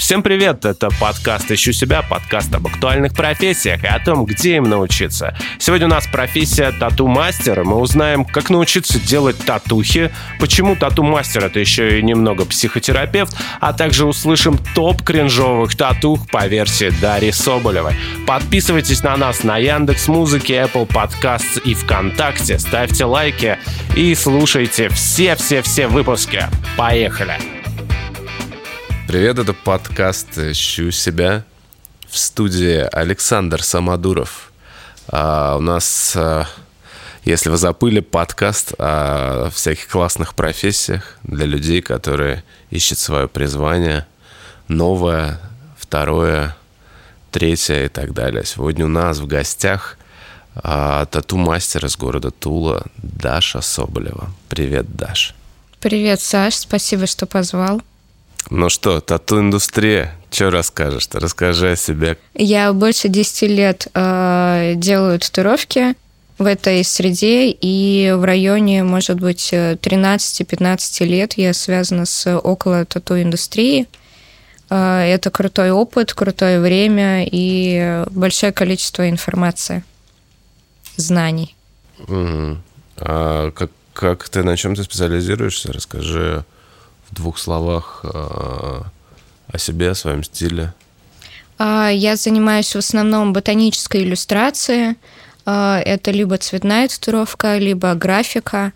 Всем привет, это подкаст «Ищу себя», подкаст об актуальных профессиях и о том, где им научиться. Сегодня у нас профессия тату-мастера. Мы узнаем, как научиться делать татухи, почему тату-мастер — это еще и немного психотерапевт, а также услышим топ кринжовых татух по версии Дарьи Соболевой. Подписывайтесь на нас на Яндекс.Музыке, Apple Podcasts и ВКонтакте, ставьте лайки и слушайте все выпуски. Поехали! Привет, это подкаст «Ищу себя». В студии Александр Самодуров. У нас, если вы забыли, подкаст о всяких классных профессиях для людей, которые ищут свое призвание, новое, второе, третье и так далее. Сегодня у нас в гостях тату-мастер из города Тула Даша Соболева. Привет, Даш. Привет, Саш, спасибо, что позвал. Ну что, тату-индустрия, что расскажешь-то? Расскажи о себе. Я больше 10 лет делаю татуировки в этой среде, и в районе, может быть, 13-15 лет я связана с около тату-индустрии. Это крутой опыт, крутое время и большое количество информации, знаний. Угу. А как ты, на чем ты специализируешься? Расскажи в 2 словах о себе, о своем стиле. Я занимаюсь в основном ботанической иллюстрацией. Это либо цветная татуировка, либо графика.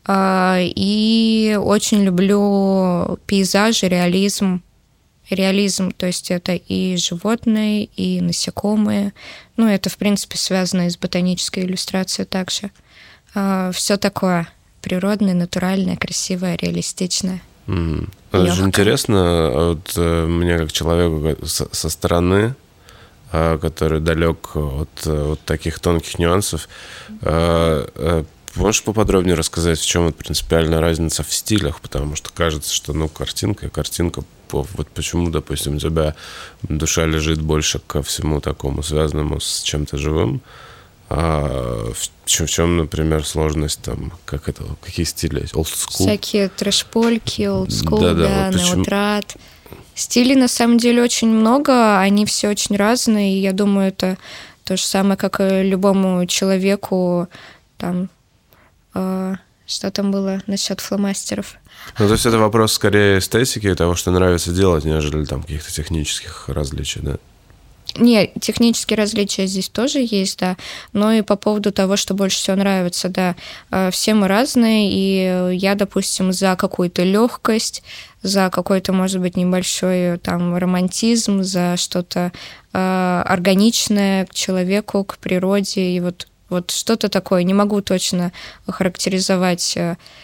И очень люблю пейзажи, реализм. Реализм, то есть это и животные, и насекомые. Ну, это, в принципе, связано и с ботанической иллюстрацией также. Все такое природное, натуральное, красивое, реалистичное. Это же интересно, вот мне как человеку со стороны, который далек от таких тонких нюансов, можешь поподробнее рассказать, в чем принципиальная разница в стилях? Потому что кажется, что картинка, вот почему, допустим, у тебя душа лежит больше ко всему такому, связанному с чем-то живым. В чем, например, сложность там, какие стили есть? Old school? Всякие трэш-польки, old school, да, вот неотрат. Стилей на самом деле очень много, они все очень разные, и я думаю, это то же самое, как и любому человеку, там, что там было насчет фломастеров? То есть это вопрос скорее эстетики и того, что нравится делать, нежели там каких-то технических различий, да? Нет, технические различия здесь тоже есть, да, но и по поводу того, что больше всего нравится, да. Все мы разные, и я, допустим, за какую-то легкость, за какой-то, может быть, небольшой там романтизм, за что-то органичное к человеку, к природе, и вот что-то такое. Не могу точно охарактеризовать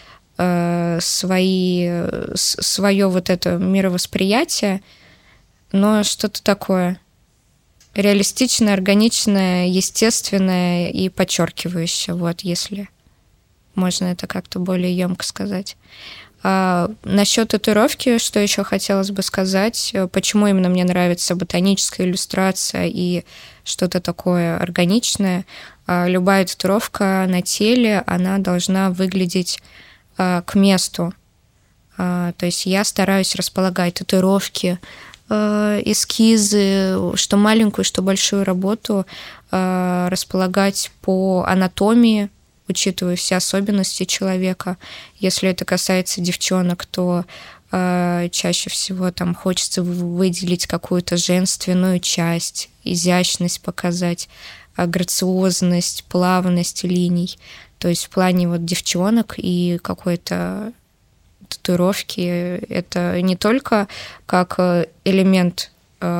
свое вот это мировосприятие, но что-то такое реалистичное, органичное, естественное и подчеркивающее, вот, если можно это как-то более емко сказать. Насчет татуировки, что еще хотелось бы сказать, почему именно мне нравится ботаническая иллюстрация и что-то такое органичное. Любая татуировка на теле, она должна выглядеть к месту. То есть я стараюсь располагать татуировки, эскизы, что маленькую, что большую работу располагать по анатомии, учитывая все особенности человека. Если это касается девчонок, то чаще всего там хочется выделить какую-то женственную часть, изящность показать, грациозность, плавность линий. То есть в плане вот девчонок и какой-то татуировки это не только как элемент,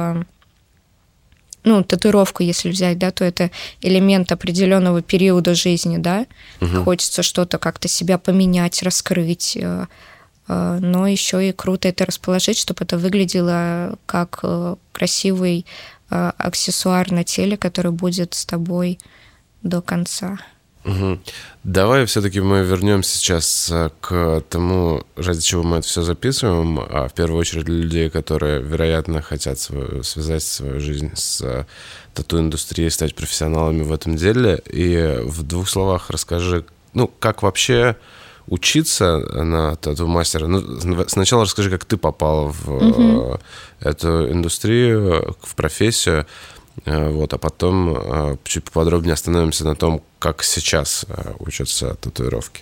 татуировку, если взять, да, то это элемент определенного периода жизни, да. Хочется что-то как-то себя поменять, раскрыть, но еще и круто это расположить, чтобы это выглядело как красивый аксессуар на теле, который будет с тобой до конца. Угу. Давай все-таки мы вернемся сейчас к тому, ради чего мы это все записываем, а в первую очередь для людей, которые, вероятно, хотят связать свою жизнь с тату-индустрией, стать профессионалами в этом деле. И в 2 словах расскажи, как вообще учиться на тату-мастера. Ну, сначала расскажи, как ты попала в эту индустрию, в профессию, вот, а потом чуть поподробнее остановимся на том, как сейчас учатся татуировки.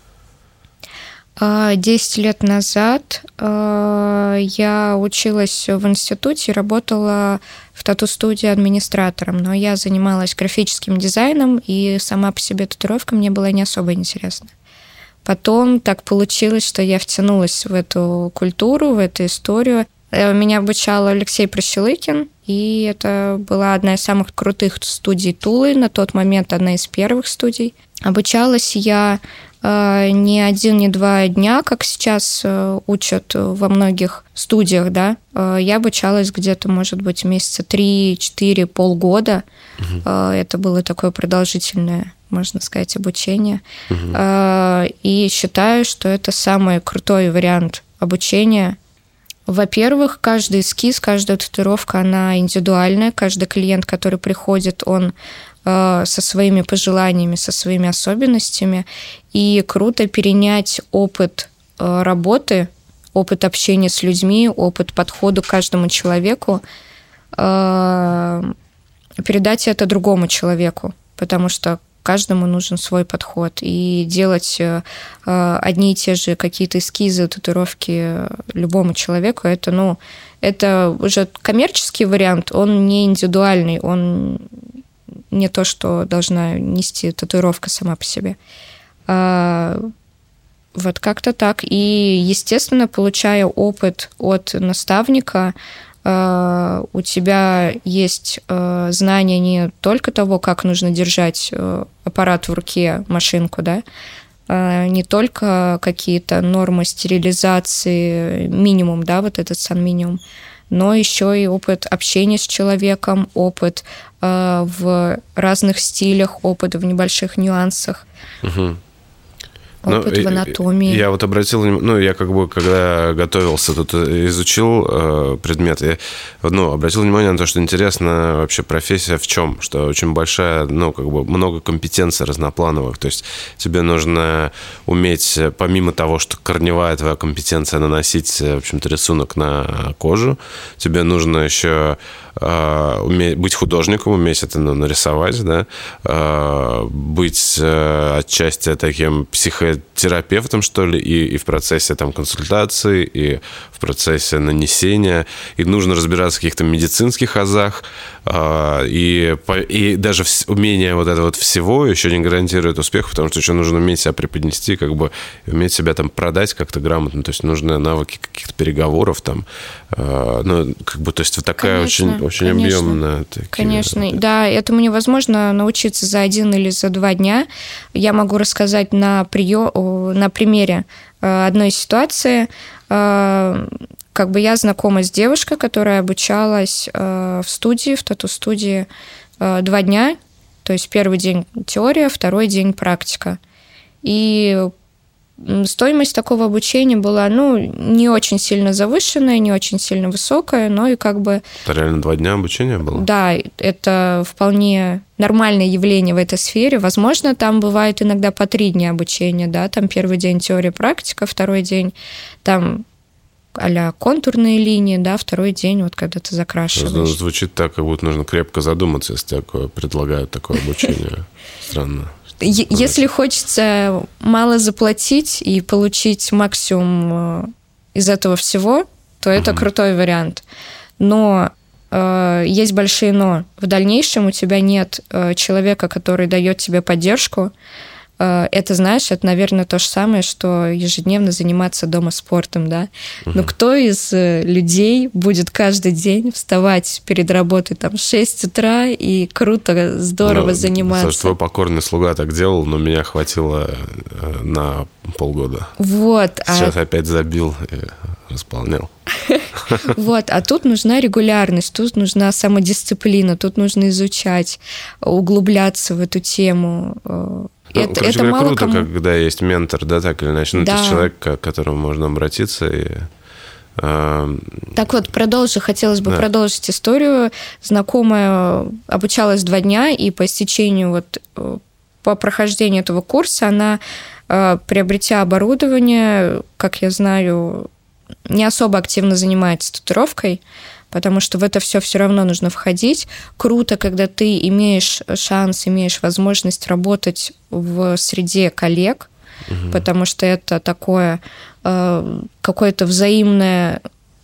10 лет назад я училась в институте, работала в тату-студии администратором, но я занималась графическим дизайном, и сама по себе татуировка мне была не особо интересна. Потом так получилось, что я втянулась в эту культуру, в эту историю. Меня обучал Алексей Прощелыкин, и это была одна из самых крутых студий Тулы, на тот момент одна из первых студий. Обучалась я не 1, не 2 дня, как сейчас учат во многих студиях, да. Я обучалась где-то, может быть, месяца 3-4, полгода. Это было такое продолжительное, можно сказать, обучение. И считаю, что это самый крутой вариант обучения. Во-первых, каждый эскиз, каждая татуировка, она индивидуальная. Каждый клиент, который приходит, он со своими пожеланиями, со своими особенностями. И круто перенять опыт работы, опыт общения с людьми, опыт подхода к каждому человеку, передать это другому человеку, потому что каждому нужен свой подход. И делать одни и те же какие-то эскизы, татуировки любому человеку, это уже коммерческий вариант, он не индивидуальный, он не то, что должна нести татуировка сама по себе. Вот как-то так. И, естественно, получая опыт от наставника, у тебя есть знание не только того, как нужно держать аппарат в руке, машинку, да, не только какие-то нормы стерилизации, минимум, да, вот этот санминимум, но еще и опыт общения с человеком, опыт в разных стилях, опыт в небольших нюансах. Опыт в анатомии. Я вот обратил внимание, я когда готовился, тут изучил предмет, я обратил внимание на то, что интересна вообще профессия в чем, что очень большая, много компетенций разноплановых, то есть тебе нужно уметь, помимо того, что корневая твоя компетенция наносить, в общем-то, рисунок на кожу, тебе нужно еще быть художником, уметь это нарисовать, да, быть отчасти таким психотерапевтом, что ли, и в процессе там консультации, и в процессе нанесения, и нужно разбираться в каких-то медицинских азах, и даже умение вот этого вот всего еще не гарантирует успех, потому что еще нужно уметь себя преподнести, уметь себя там продать как-то грамотно, то есть нужны навыки каких-то переговоров там, то есть вот такая очень объемная. Конечно, да, этому невозможно научиться за 1 или за 2 дня. Я могу рассказать на примере одной ситуации. Я знакома с девушкой, которая обучалась в тату-студии 2 дня, то есть первый день теория, второй день практика. И стоимость такого обучения была, не очень сильно завышенная, не очень сильно высокая, но и Это реально 2 дня обучения было? Да, это вполне нормальное явление в этой сфере. Возможно, там бывает иногда по 3 дня обучения, да, там первый день теория, практика, второй день там а-ля контурные линии, да, второй день, вот когда ты закрашиваешь. Звучит так, как будто нужно крепко задуматься, если предлагают такое обучение. Странно. Если хочется мало заплатить и получить максимум из этого всего, то это крутой вариант. Но есть большие но. В дальнейшем у тебя нет человека, который дает тебе поддержку. Это, знаешь, это, наверное, то же самое, что ежедневно заниматься дома спортом, да? Но кто из людей будет каждый день вставать перед работой там в 6 утра и круто, здорово заниматься? Слушай, твой покорный слуга так делал, но меня хватило на полгода. Вот. Сейчас опять забил и располнял. Вот, а тут нужна регулярность, тут нужна самодисциплина, тут нужно изучать, углубляться в эту тему. Это мало круто, когда есть ментор, да, так или иначе. Да. Это человек, к которому можно обратиться. Так вот, хотелось бы продолжить историю. Знакомая обучалась 2 дня, и по истечению по прохождению этого курса она приобретя оборудование, как я знаю, не особо активно занимается татуировкой, потому что в это все равно нужно входить. Круто, когда ты имеешь шанс, имеешь возможность работать в среде коллег, потому что это такое какое-то взаимное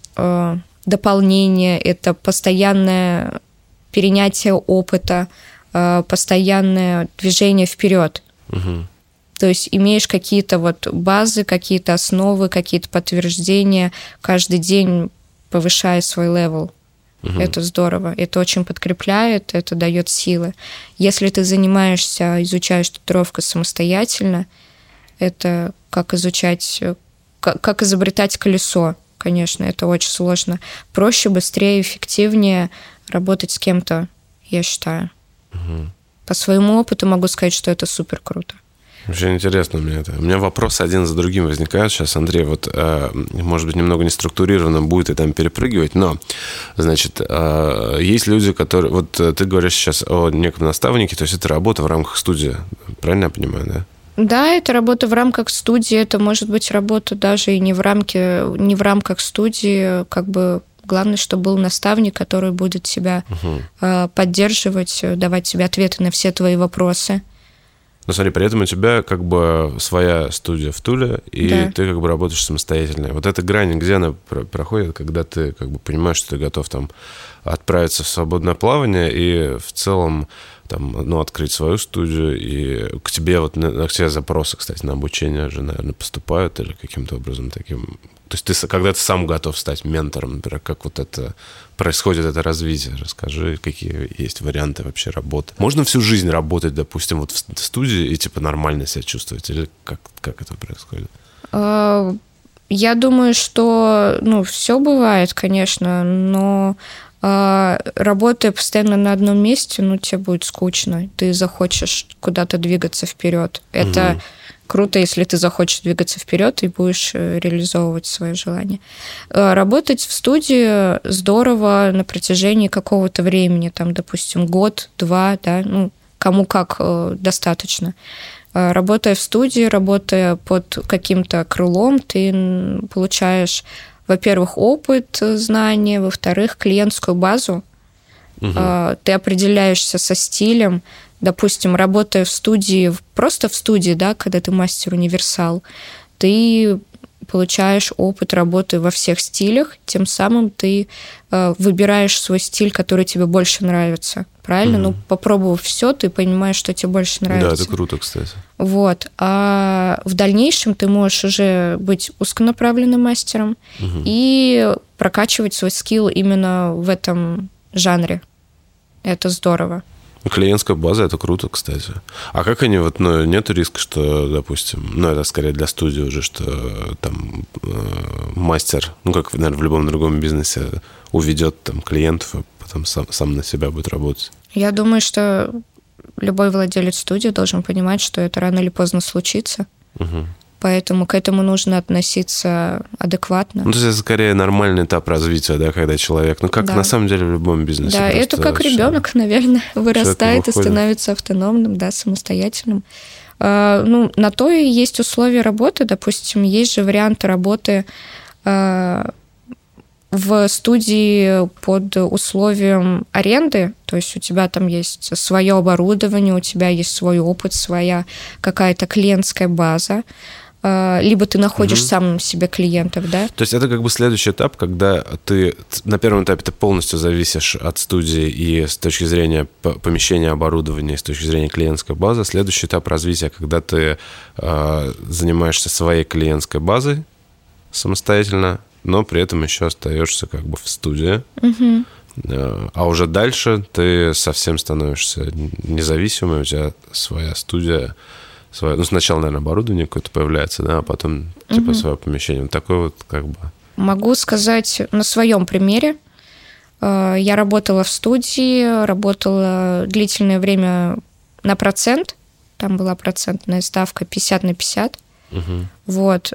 дополнение, это постоянное перенятие опыта, постоянное движение вперед. То есть имеешь какие-то вот базы, какие-то основы, какие-то подтверждения, каждый день повышая свой левел. Это здорово. Это очень подкрепляет, это дает силы. Если ты занимаешься, изучаешь татуировку самостоятельно, это как изучать, как изобретать колесо. Конечно, это очень сложно. Проще, быстрее, эффективнее работать с кем-то, я считаю. По своему опыту могу сказать, что это супер круто. Очень интересно мне это. У меня вопросы один за другим возникают сейчас, Андрей. Вот, может быть, немного неструктурированно будет и там перепрыгивать, но, значит, есть люди, которые... Вот ты говоришь сейчас о неком наставнике, то есть это работа в рамках студии. Правильно я понимаю, да? Да, это работа в рамках студии, это может быть работа даже и не в рамках студии, как бы главное, чтобы был наставник, который будет тебя поддерживать, давать тебе ответы на все твои вопросы. Но смотри, при этом у тебя как бы своя студия в Туле, и ты как бы работаешь самостоятельно. Вот эта грань, где она проходит, когда ты как бы понимаешь, что ты готов там отправиться в свободное плавание и в целом там, ну, открыть свою студию, и к тебе вот к тебе запросы, кстати, на обучение же, наверное, поступают или каким-то образом таким. То есть когда ты сам готов стать ментором, например, как вот это происходит, это развитие. Расскажи, какие есть варианты вообще работы. Можно всю жизнь работать, допустим, вот в студии и типа нормально себя чувствовать? Или как это происходит? Я думаю, что, все бывает, конечно, но работая постоянно на одном месте, тебе будет скучно. Ты захочешь куда-то двигаться вперед. Это круто, если ты захочешь двигаться вперед и будешь реализовывать свои желания. Работать в студии здорово на протяжении какого-то времени, там, допустим, год-два, да, кому как достаточно. Работая в студии, работая под каким-то крылом, ты получаешь, во-первых, опыт, знания, во-вторых, клиентскую базу. Ты определяешься со стилем. Допустим, работая в студии, просто в студии, да, когда ты мастер-универсал, ты получаешь опыт работы во всех стилях, тем самым ты выбираешь свой стиль, который тебе больше нравится. Правильно? Попробовав все, ты понимаешь, что тебе больше нравится. Да, это круто, кстати. Вот. А в дальнейшем ты можешь уже быть узконаправленным мастером и прокачивать свой скилл именно в этом жанре. Это здорово. Клиентская база – это круто, кстати. А как они, нету риска, что, допустим, это скорее для студии уже, что там мастер, как, наверное, в любом другом бизнесе, уведет там клиентов, а потом сам на себя будет работать? Я думаю, что любой владелец студии должен понимать, что это рано или поздно случится. Поэтому к этому нужно относиться адекватно. То есть это скорее нормальный этап развития, да, когда человек, на самом деле в любом бизнесе. Да, это как ребенок, наверное, вырастает и становится автономным, да, самостоятельным. На то и есть условия работы. Допустим, есть же варианты работы в студии под условием аренды, то есть у тебя там есть свое оборудование, у тебя есть свой опыт, своя какая-то клиентская база, либо ты находишь сам себе клиентов, да? То есть это как бы следующий этап, когда ты на первом этапе ты полностью зависишь от студии и с точки зрения помещения, оборудования, и с точки зрения клиентской базы. Следующий этап развития, когда ты занимаешься своей клиентской базой самостоятельно, но при этом еще остаешься как бы в студии. А уже дальше ты совсем становишься независимым, у тебя своя студия, сначала, наверное, оборудование какое-то появляется, да, а потом свое помещение. Такое вот как бы... Могу сказать на своем примере. Я работала в студии, работала длительное время на процент. Там была процентная ставка 50/50. Вот.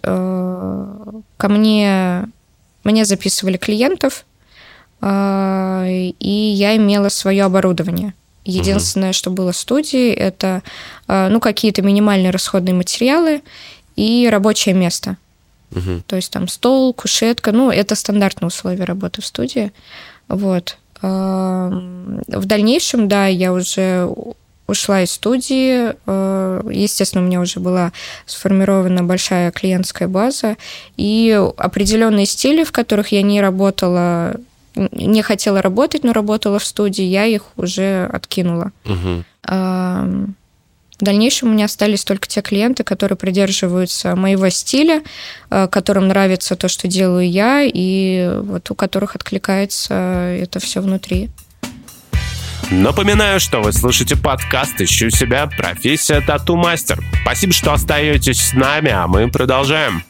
Мне записывали клиентов, и я имела свое оборудование. Единственное, что было в студии, это какие-то минимальные расходные материалы и рабочее место. То есть там стол, кушетка, это стандартные условия работы в студии. Вот. В дальнейшем, да, я уже ушла из студии. Естественно, у меня уже была сформирована большая клиентская база, и определенные стили, в которых я не работала, не хотела работать, но работала в студии, я их уже откинула. В дальнейшем у меня остались только те клиенты, которые придерживаются моего стиля, которым нравится то, что делаю я, и вот у которых откликается это все внутри. Напоминаю, что вы слушаете подкаст «Ищу себя. Профессия тату-мастер». Спасибо, что остаетесь с нами, а мы продолжаем.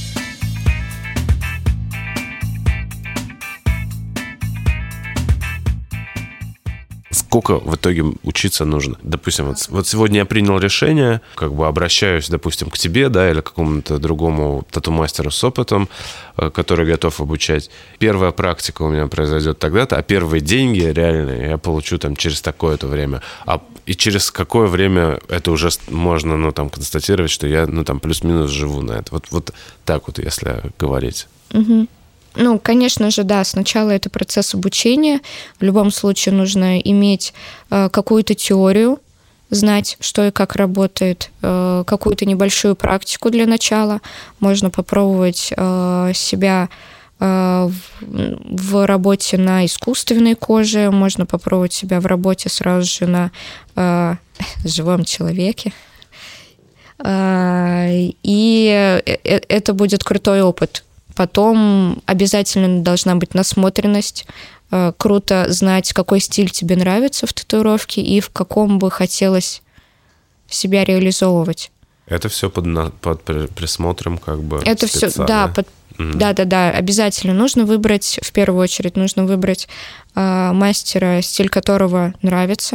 Сколько в итоге учиться нужно? Допустим, вот сегодня я принял решение, обращаюсь, допустим, к тебе, да, или к какому-то другому тату-мастеру с опытом, который готов обучать. Первая практика у меня произойдет тогда-то, а первые деньги реальные я получу через такое-то время. И через какое время это уже можно, констатировать, что я, плюс-минус живу на это. Вот так вот, если говорить. Угу. Конечно же, да, сначала это процесс обучения. В любом случае нужно иметь какую-то теорию, знать, что и как работает, какую-то небольшую практику для начала. Можно попробовать себя в работе на искусственной коже, можно попробовать себя в работе сразу же на живом человеке. И это будет крутой опыт. Потом обязательно должна быть насмотренность. Круто знать, какой стиль тебе нравится в татуировке и в каком бы хотелось себя реализовывать. Это все под присмотром Это все, да, да, обязательно. Нужно выбрать, в первую очередь, мастера, стиль которого нравится,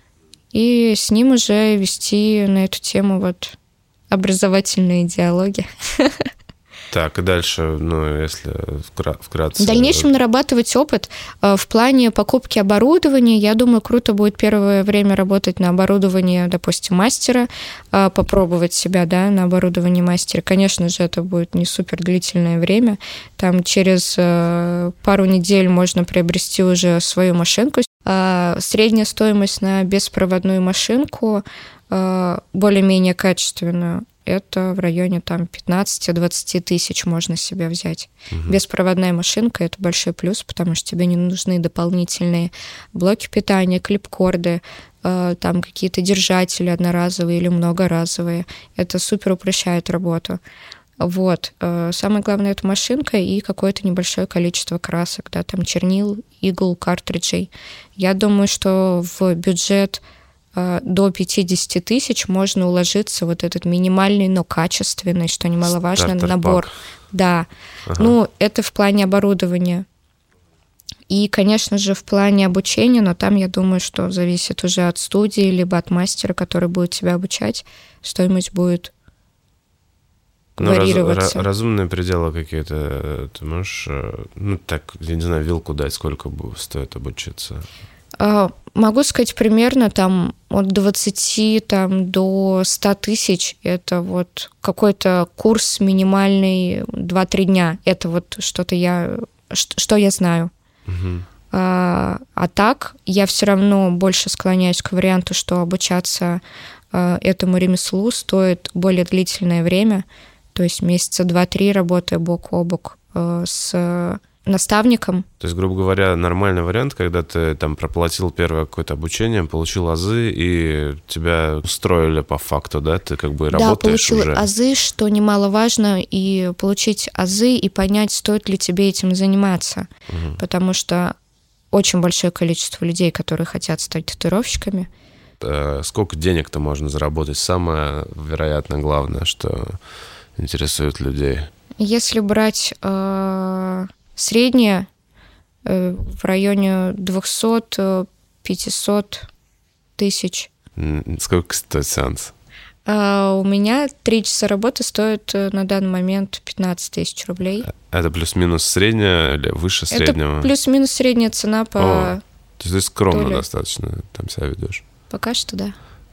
и с ним уже вести на эту тему образовательные диалоги. Так, и дальше, если вкратце... В дальнейшем нарабатывать опыт в плане покупки оборудования. Я думаю, круто будет первое время работать на оборудовании, допустим, мастера, попробовать себя, да, на оборудовании мастера. Конечно же, это будет не супер длительное время. Там через пару недель можно приобрести уже свою машинку. Средняя стоимость на беспроводную машинку, более-менее качественную, это в районе 15-20 тысяч можно себе взять. Беспроводная машинка – это большой плюс, потому что тебе не нужны дополнительные блоки питания, клипкорды, там какие-то держатели одноразовые или многоразовые. Это супер упрощает работу. Вот. Самое главное – это машинка и какое-то небольшое количество красок, да, там чернил, игл, картриджей. Я думаю, что в бюджет до 50 тысяч можно уложиться этот минимальный, но качественный, что немаловажно, набор. Да. Ага. Это в плане оборудования. И, конечно же, в плане обучения, но там, я думаю, что зависит уже от студии, либо от мастера, который будет тебя обучать, стоимость будет варьироваться. Разумные пределы какие-то, ты можешь, я не знаю, вилку дать, сколько стоит обучиться? Могу сказать примерно от 20 до 100 тысяч. Это какой-то курс минимальный 2-3 дня. Это что я знаю. Угу. А так я все равно больше склоняюсь к варианту, что обучаться этому ремеслу стоит более длительное время. То есть месяца 2-3 работая бок о бок с наставником. То есть, грубо говоря, нормальный вариант, когда ты проплатил первое какое-то обучение, получил азы, и тебя устроили по факту, да? Ты работаешь уже. Да, получил азы, что немаловажно, и получить азы, и понять, стоит ли тебе этим заниматься. Угу. Потому что очень большое количество людей, которые хотят стать татуировщиками. Сколько денег-то можно заработать? Самое, вероятно, главное, что интересует людей. Если брать среднее, в районе 200-500 тысяч. Сколько стоит сеанс? У меня 3 часа работы стоят на данный момент 15 тысяч рублей. Это плюс-минус средняя или выше среднего? Это плюс-минус средняя цена по То есть ты скромно То ли. достаточно там себя ведешь. Пока что да.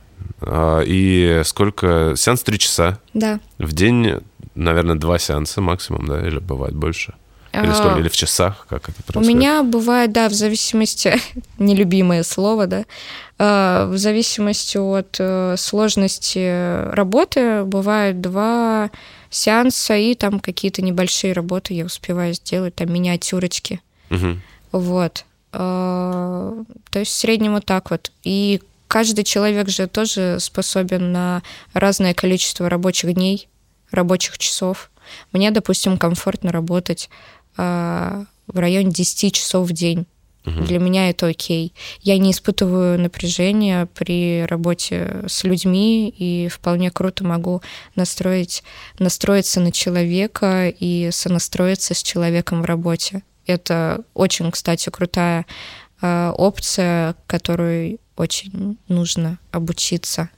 И сколько? Сеанс 3 часа. Да. В день, наверное, 2 сеанса максимум, да? Или бывает больше? Или сколько? Или в часах? Как это происходит? У меня бывает, да, в зависимости, нелюбимое слово, да, в зависимости от сложности работы бывает 2 сеанса, и там какие-то небольшие работы я успеваю сделать, там миниатюрочки. Угу. Вот. То есть в среднем вот так вот. И каждый человек же тоже способен на разное количество рабочих дней, рабочих часов. Мне, допустим, комфортно работать в районе 10 часов в день. Для меня это окей. Я не испытываю напряжения при работе с людьми и вполне круто могу настроиться на человека и сонастроиться с человеком в работе. Это очень, кстати, крутая опция, которой очень нужно обучиться.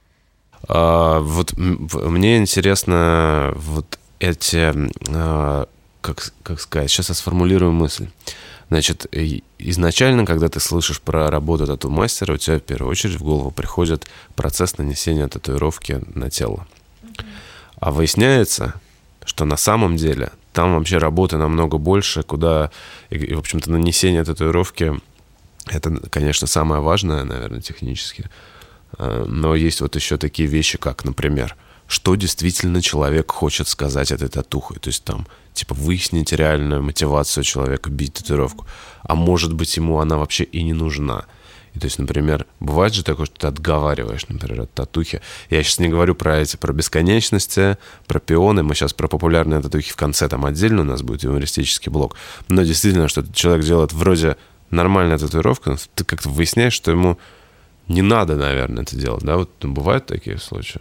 Вот мне интересно вот эти, как сказать, сейчас я сформулирую мысль. Значит, изначально, когда ты слышишь про работу тату-мастера, у тебя в первую очередь в голову приходит процесс нанесения татуировки на тело. А выясняется, что на самом деле там вообще работы намного больше, куда, и в общем-то, нанесение татуировки — это, конечно, самое важное, наверное, технически. Но есть вот еще такие вещи, как, например, что действительно человек хочет сказать этой татухой. То есть там, типа, выяснить реальную мотивацию человека бить татуировку. А может быть, ему она вообще и не нужна. И то есть, например, бывает же такое, что ты отговариваешь, например, от татухи. Я сейчас не говорю про бесконечности, про пионы. Мы сейчас про популярные татухи в конце, там отдельно у нас будет юмористический блок. Но действительно, что человек делает вроде нормальная татуировка, но ты как-то выясняешь, что ему не надо, наверное, это делать. Да, вот бывают такие случаи?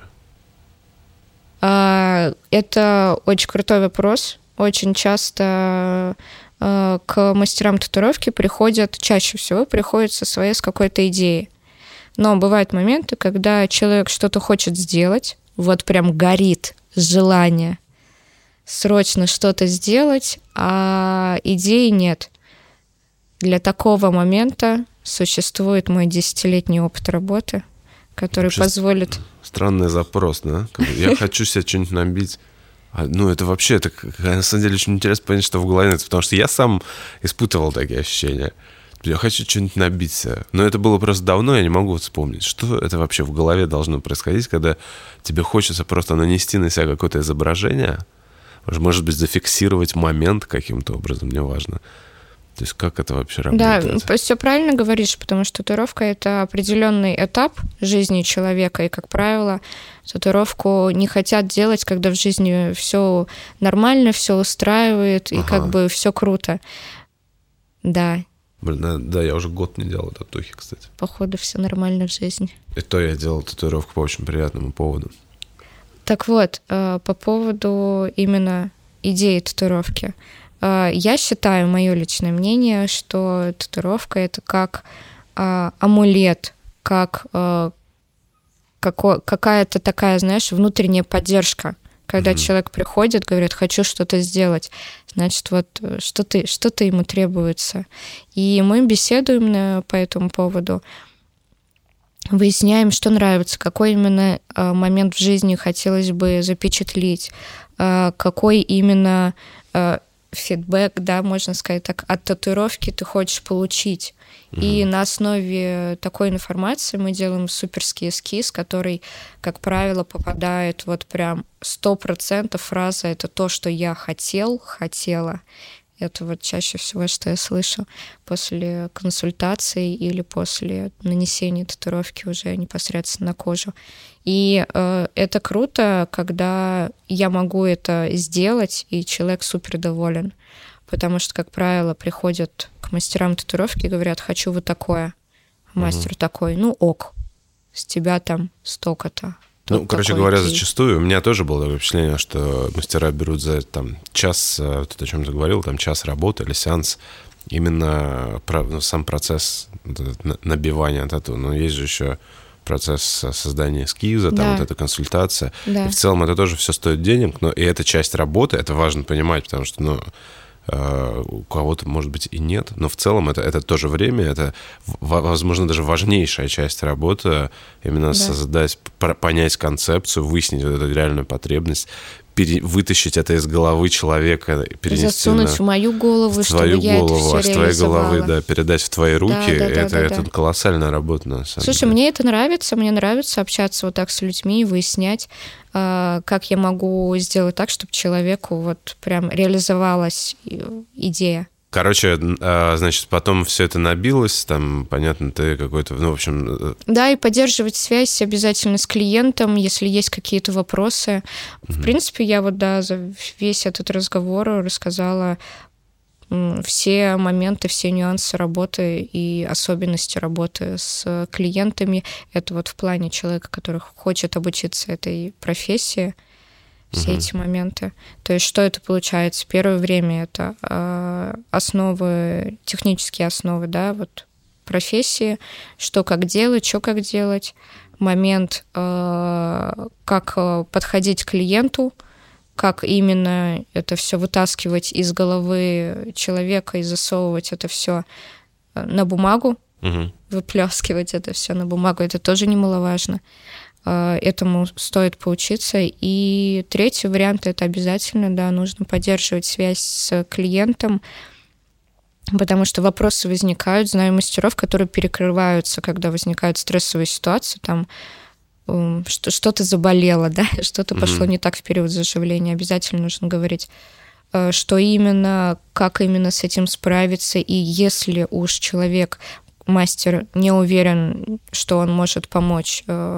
Это очень крутой вопрос. Очень часто к мастерам татуировки чаще всего приходят с какой-то идеей. Но бывают моменты, когда человек что-то хочет сделать, вот прям горит желание срочно что-то сделать, а идеи нет. Для такого момента существует мой 10-летний опыт работы, который позволит... Странный запрос, да? Я хочу себе что-нибудь набить. Это вообще, на самом деле, очень интересно понять, что в голове, потому что я сам испытывал такие ощущения. Я хочу что-нибудь набить себе. Но это было просто давно, я не могу вспомнить, что это вообще в голове должно происходить, когда тебе хочется просто нанести на себя какое-то изображение, может быть, зафиксировать момент каким-то образом, неважно. То есть как это вообще работает? Да, все правильно говоришь, потому что татуировка — это определенный этап жизни человека, и, как правило, татуировку не хотят делать, когда в жизни все нормально, все устраивает, и как бы все круто. Да. Блин, да, я уже год не делал татухи, кстати. Походу, все нормально в жизни. И то я делал татуировку по очень приятному поводу. Так вот, по поводу именно идеи татуировки. Я считаю, мое личное мнение, что татуировка — это как амулет, как какая-то такая, знаешь, внутренняя поддержка. Когда человек приходит, говорит, хочу что-то сделать, значит, вот что-то ему требуется. И мы беседуем по этому поводу, выясняем, что нравится, какой именно момент в жизни хотелось бы запечатлеть, какой именно фидбэк, да, можно сказать так, от татуировки ты хочешь получить. И на основе такой информации мы делаем суперский эскиз, который, как правило, попадает вот прям 100% фраза «это то, что я хотела». Это вот чаще всего, что я слышу после консультации или после нанесения татуировки уже непосредственно на кожу. И это круто, когда я могу это сделать, и человек супер доволен. Потому что, как правило, приходят к мастерам татуировки и говорят, хочу вот такое. Мастер такой, ок, с тебя там столько-то. Короче говоря, зачастую у меня тоже было такое впечатление, что мастера берут за час, вот о чем ты говорил, час работы или сеанс, именно сам процесс набивания тату. Но есть же еще процесс создания эскиза, вот эта консультация. Да. И в целом это тоже все стоит денег, но и эта часть работы, это важно понимать, потому что, у кого-то, может быть, и нет. Но в целом это тоже время, это, возможно, даже важнейшая часть работы, именно создать, понять концепцию, выяснить вот эту реальную потребность, вытащить это из головы человека, перенести засунуть в мою голову, в твою чтобы голову, я это все с твоей головы, реализовала. Передать в твои руки. Это Да. колоссальная работа, на самом деле. Слушай, мне это нравится, мне нравится общаться вот так с людьми, выяснять, как я могу сделать так, чтобы человеку вот прям реализовалась идея. Короче, значит, потом все это набилось, там, понятно, ты какой-то, в общем... Да, и поддерживать связь обязательно с клиентом, если есть какие-то вопросы. В принципе, я вот, за весь этот разговор рассказала все моменты, все нюансы работы и особенности работы с клиентами. Это вот в плане человека, который хочет обучиться этой профессии, все эти моменты. То есть что это получается? Первое время это основы, технические основы, вот профессии, что как делать, что как делать. Момент, как подходить к клиенту, как именно это все вытаскивать из головы человека и засовывать это все на бумагу, выплескивать это все на бумагу, это тоже немаловажно. Этому стоит поучиться. И третий вариант — это обязательно, нужно поддерживать связь с клиентом, потому что вопросы возникают. Знаю мастеров, которые перекрываются, когда возникают стрессовые ситуации, там что-то заболело, что-то пошло не так в период заживления. Обязательно нужно говорить, что именно, как именно с этим справиться. И если уж человек, мастер, не уверен, что он может помочь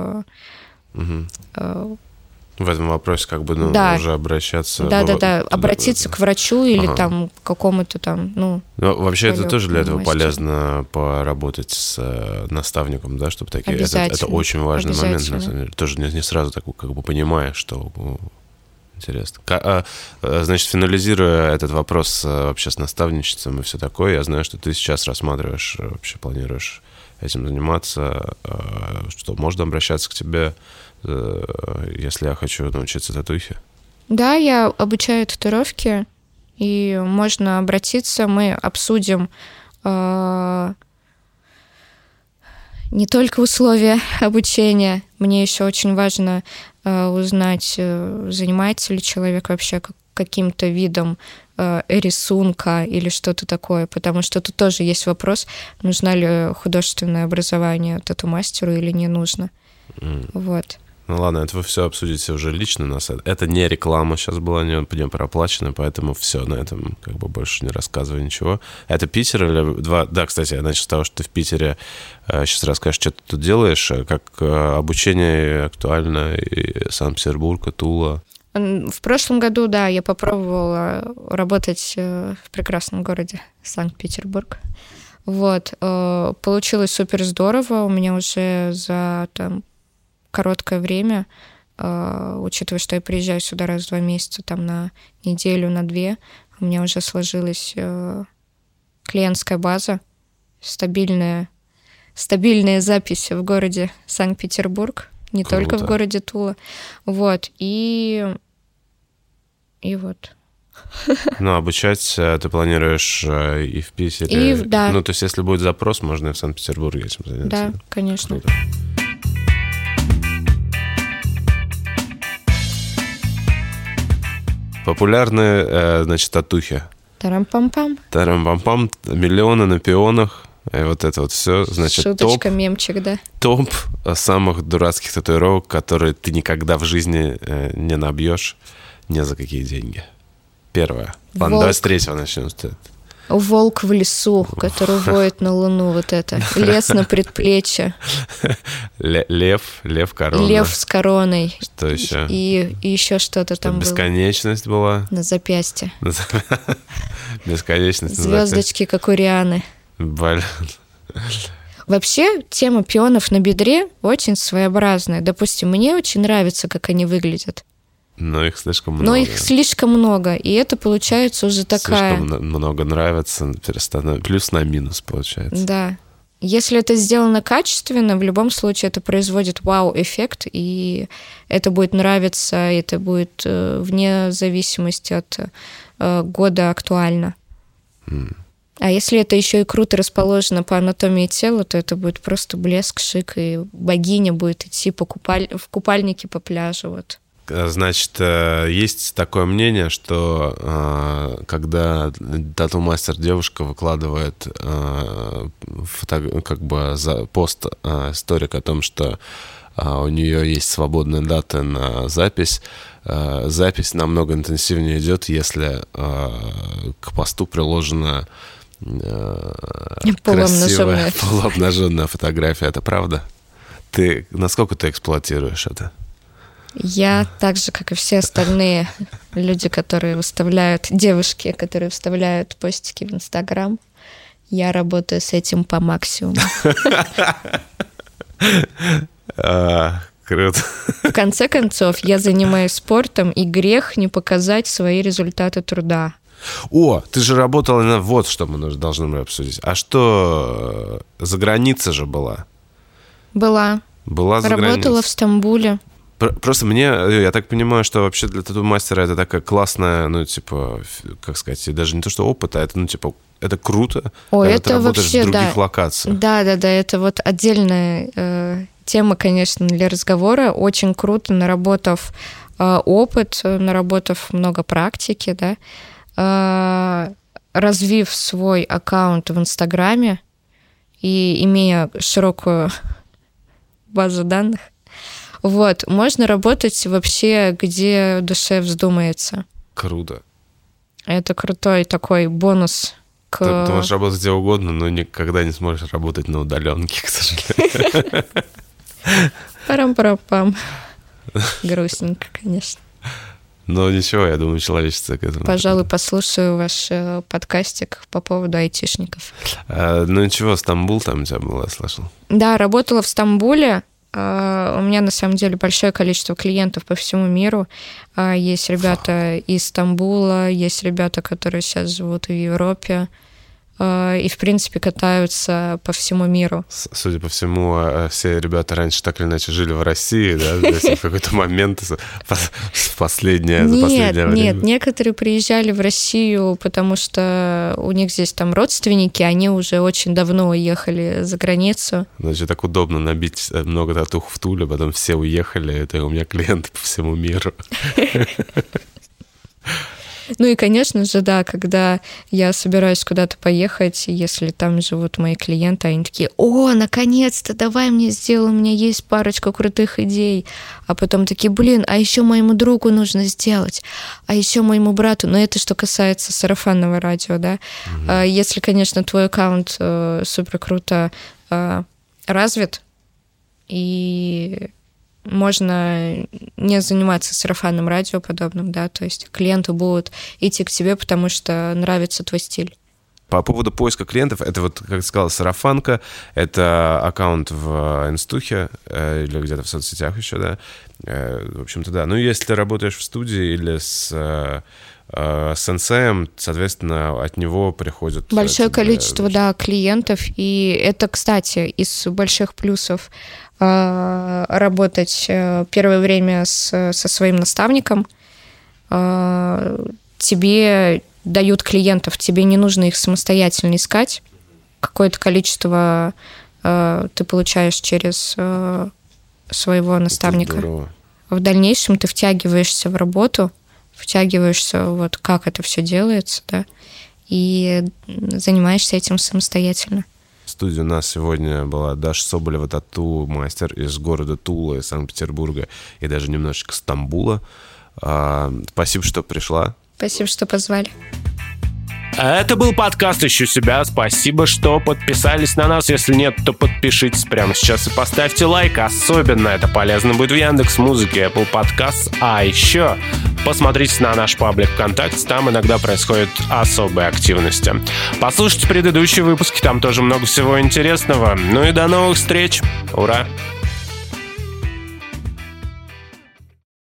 в этом вопросе уже обращаться. Обратиться к врачу или там к какому-то там, вообще это тоже для этого мастеру. Полезно поработать с наставником, чтобы такие... Это очень важный момент, на самом деле. Тоже не сразу так понимаешь, что... Интересно. Значит, финализируя этот вопрос вообще с наставничеством и все такое, я знаю, что ты сейчас рассматриваешь, вообще планируешь этим заниматься, что можно обращаться к тебе, если я хочу научиться татухе. Да, я обучаю татуировки, и можно обратиться, мы обсудим не только условия обучения, мне еще очень важно узнать, занимается ли человек вообще каким-то видом рисунка или что-то такое, потому что тут тоже есть вопрос, нужно ли художественное образование тату-мастеру или не нужно. Вот. Ну ладно, это вы все обсудите уже лично у нас. Это не реклама сейчас была, не проплачена, поэтому все, на этом больше не рассказывай ничего. Это Питер или два? Да, кстати, я начал с того, что ты в Питере. Сейчас расскажешь, что ты тут делаешь, как обучение актуально, и Санкт-Петербург, и Тула. В прошлом году, я попробовала работать в прекрасном городе Санкт-Петербург. Вот. Получилось супер здорово. У меня уже за короткое время, учитывая, что я приезжаю сюда раз в 2 месяца, на неделю, на 2, у меня уже сложилась клиентская база, стабильная запись в городе Санкт-Петербург, не Круто. только в городе Тула. Вот. И вот. Обучать ты планируешь и в Питере? Да. То есть, если будет запрос, можно и в Санкт-Петербурге этим заняться? Да, конечно. Круто. Популярные, татухи. Тарам-пам-пам. Тарам-пам-пам, миллионы на пионах. И вот это вот все, значит, шуточка, мемчик, да. Топ самых дурацких татуировок, которые ты никогда в жизни не набьешь ни за какие деньги. Первое. Ладно, давай с третьего начнем. Волк в лесу, который воет на луну, вот это. Лес на предплечье. Лев, корона. Лев с короной. Что еще? И еще что-то там было. Бесконечность была. На запястье. Бесконечность. Звездочки, как у Рианы. Блин. Вообще, тема пионов на бедре очень своеобразная. Допустим, мне очень нравится, как они выглядят. Но их слишком много. И это получается уже такая... Слишком много нравится, плюс на минус получается. Да. Если это сделано качественно, в любом случае это производит вау-эффект, и это будет нравиться, это будет вне зависимости от года актуально. А если это еще и круто расположено по анатомии тела, то это будет просто блеск, шик, и богиня будет идти в купальнике по пляжу. Вот. Значит, есть такое мнение, что когда тату-мастер девушка выкладывает пост, историк о том, что у нее есть свободная дата на запись, запись намного интенсивнее идет, если к посту приложена красивая полуобнаженная фотография. Это правда? Насколько ты эксплуатируешь это? Я так же, как и все остальные люди, девушки, которые выставляют постики в Инстаграм, я работаю с этим по максимуму. Круто. В конце концов, я занимаюсь спортом, и грех не показать свои результаты труда. О, ты же работала вот что мы должны обсудить. А что, за границей же была? Была за границей. Работала в Стамбуле. Просто я так понимаю, что вообще для тату-мастера это такая классная, как сказать, даже не то, что опыт, а это, это круто, когда это ты работаешь вообще, в других локациях. Да, это вот отдельная тема, конечно, для разговора. Очень круто, наработав опыт, наработав много практики, да, развив свой аккаунт в Инстаграме и имея широкую базу данных, вот, можно работать вообще, где душе вздумается. Круто. Это крутой такой бонус. Ты можешь работать где угодно, но никогда не сможешь работать на удаленке, к сожалению. Парам-парам-пам. Грустненько, конечно. Но ничего, я думаю, человечество к этому. Пожалуй, послушаю ваш подкастик по поводу айтишников. Ничего, Стамбул там у тебя был, я слышал. Да, работала в Стамбуле. У меня, на самом деле, большое количество клиентов по всему миру. Есть ребята из Стамбула, есть ребята, которые сейчас живут в Европе. И, в принципе, катаются по всему миру. Судя по всему, все ребята раньше так или иначе жили в России, да? В какой-то момент за последнее время. Нет, некоторые приезжали в Россию, потому что у них здесь там родственники, они уже очень давно уехали за границу. Значит, так удобно набить много татух в Туле, потом все уехали, это у меня клиенты по всему миру. Ну и, конечно же, да, когда я собираюсь куда-то поехать, если там живут мои клиенты, они такие: «О, наконец-то, давай мне сделай, у меня есть парочка крутых идей». А потом такие: «Блин, а еще моему другу нужно сделать, а еще моему брату». Но это что касается сарафанного радио, да. Если, конечно, твой аккаунт супер круто развит, и можно не заниматься сарафанным радио подобным, да, то есть клиенты будут идти к тебе, потому что нравится твой стиль. По поводу поиска клиентов, это вот, как ты сказала, сарафанка, это аккаунт в Инстухе или где-то в соцсетях еще, да, в общем-то, да. Ну, если ты работаешь в студии или с сенсеем, соответственно, от него приходит большое количество, да, клиентов, и это, кстати, из больших плюсов работать первое время со своим наставником. Тебе дают клиентов, тебе не нужно их самостоятельно искать. Какое-то количество ты получаешь через своего наставника. В дальнейшем ты втягиваешься в работу, втягиваешься, вот как это все делается, да, и занимаешься этим самостоятельно. В студии у нас сегодня была Даша Соболева, тату-мастер из города Тула, из Санкт-Петербурга и даже немножечко Стамбула. Спасибо, что пришла. Спасибо, что позвали. Это был подкаст «Ищу себя». Спасибо, что подписались на нас. Если нет, то подпишитесь прямо сейчас и поставьте лайк. Особенно это полезно будет в Яндекс.Музыке, Apple Podcasts. А еще посмотрите на наш паблик ВКонтакте. Там иногда происходят особые активности. Послушайте предыдущие выпуски. Там тоже много всего интересного. Ну и до новых встреч. Ура!